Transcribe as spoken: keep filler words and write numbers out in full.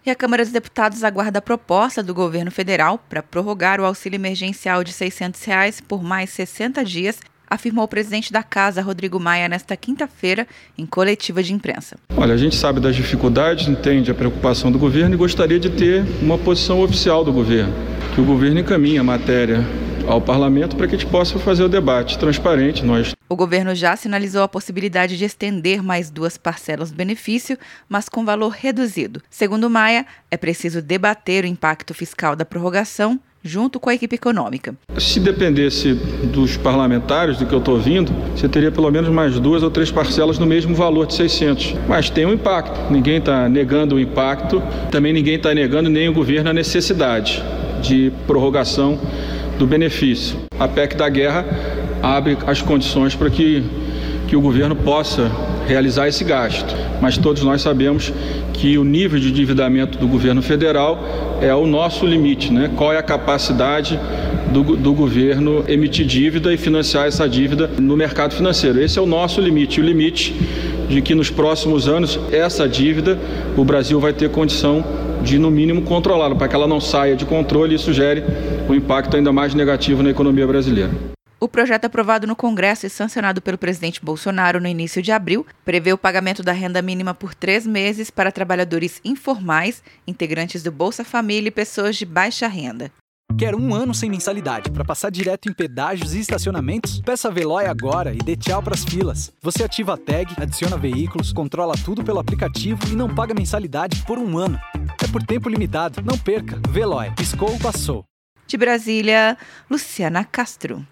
E a Câmara dos Deputados aguarda a proposta do governo federal para prorrogar o auxílio emergencial de seiscentos reais por mais sessenta dias, afirmou o presidente da Casa, Rodrigo Maia, nesta quinta-feira, em coletiva de imprensa. Olha, a gente sabe das dificuldades, entende a preocupação do governo e gostaria de ter uma posição oficial do governo, que o governo encaminhe a matéria ao parlamento para que a gente possa fazer o debate transparente. Nós... O governo já sinalizou a possibilidade de estender mais duas parcelas do benefício, mas com valor reduzido. Segundo Maia, é preciso debater o impacto fiscal da prorrogação junto com a equipe econômica. Se dependesse dos parlamentares, do que eu estou ouvindo, você teria pelo menos mais duas ou três parcelas no mesmo valor de seiscentos. Mas tem um impacto. Ninguém está negando o impacto, também ninguém está negando, nem o governo, a necessidade de prorrogação do benefício. A P E C da guerra abre as condições para que, que o governo possa realizar esse gasto. Mas todos nós sabemos que o nível de endividamento do governo federal é o nosso limite, né? Qual é a capacidade do, do governo emitir dívida e financiar essa dívida no mercado financeiro. Esse é o nosso limite, o limite de que nos próximos anos essa dívida o Brasil vai ter condição de, no mínimo, controlá-la, para que ela não saia de controle e isso gere um impacto ainda mais negativo na economia brasileira. O projeto aprovado no Congresso e sancionado pelo presidente Bolsonaro no início de abril prevê o pagamento da renda mínima por três meses para trabalhadores informais, integrantes do Bolsa Família e pessoas de baixa renda. Quer um ano sem mensalidade para passar direto em pedágios e estacionamentos? Peça a Veloy agora e dê tchau para as filas. Você ativa a tag, adiciona veículos, controla tudo pelo aplicativo e não paga mensalidade por um ano. É por tempo limitado. Não perca. Veloy. Piscou, passou. De Brasília, Luciana Castro.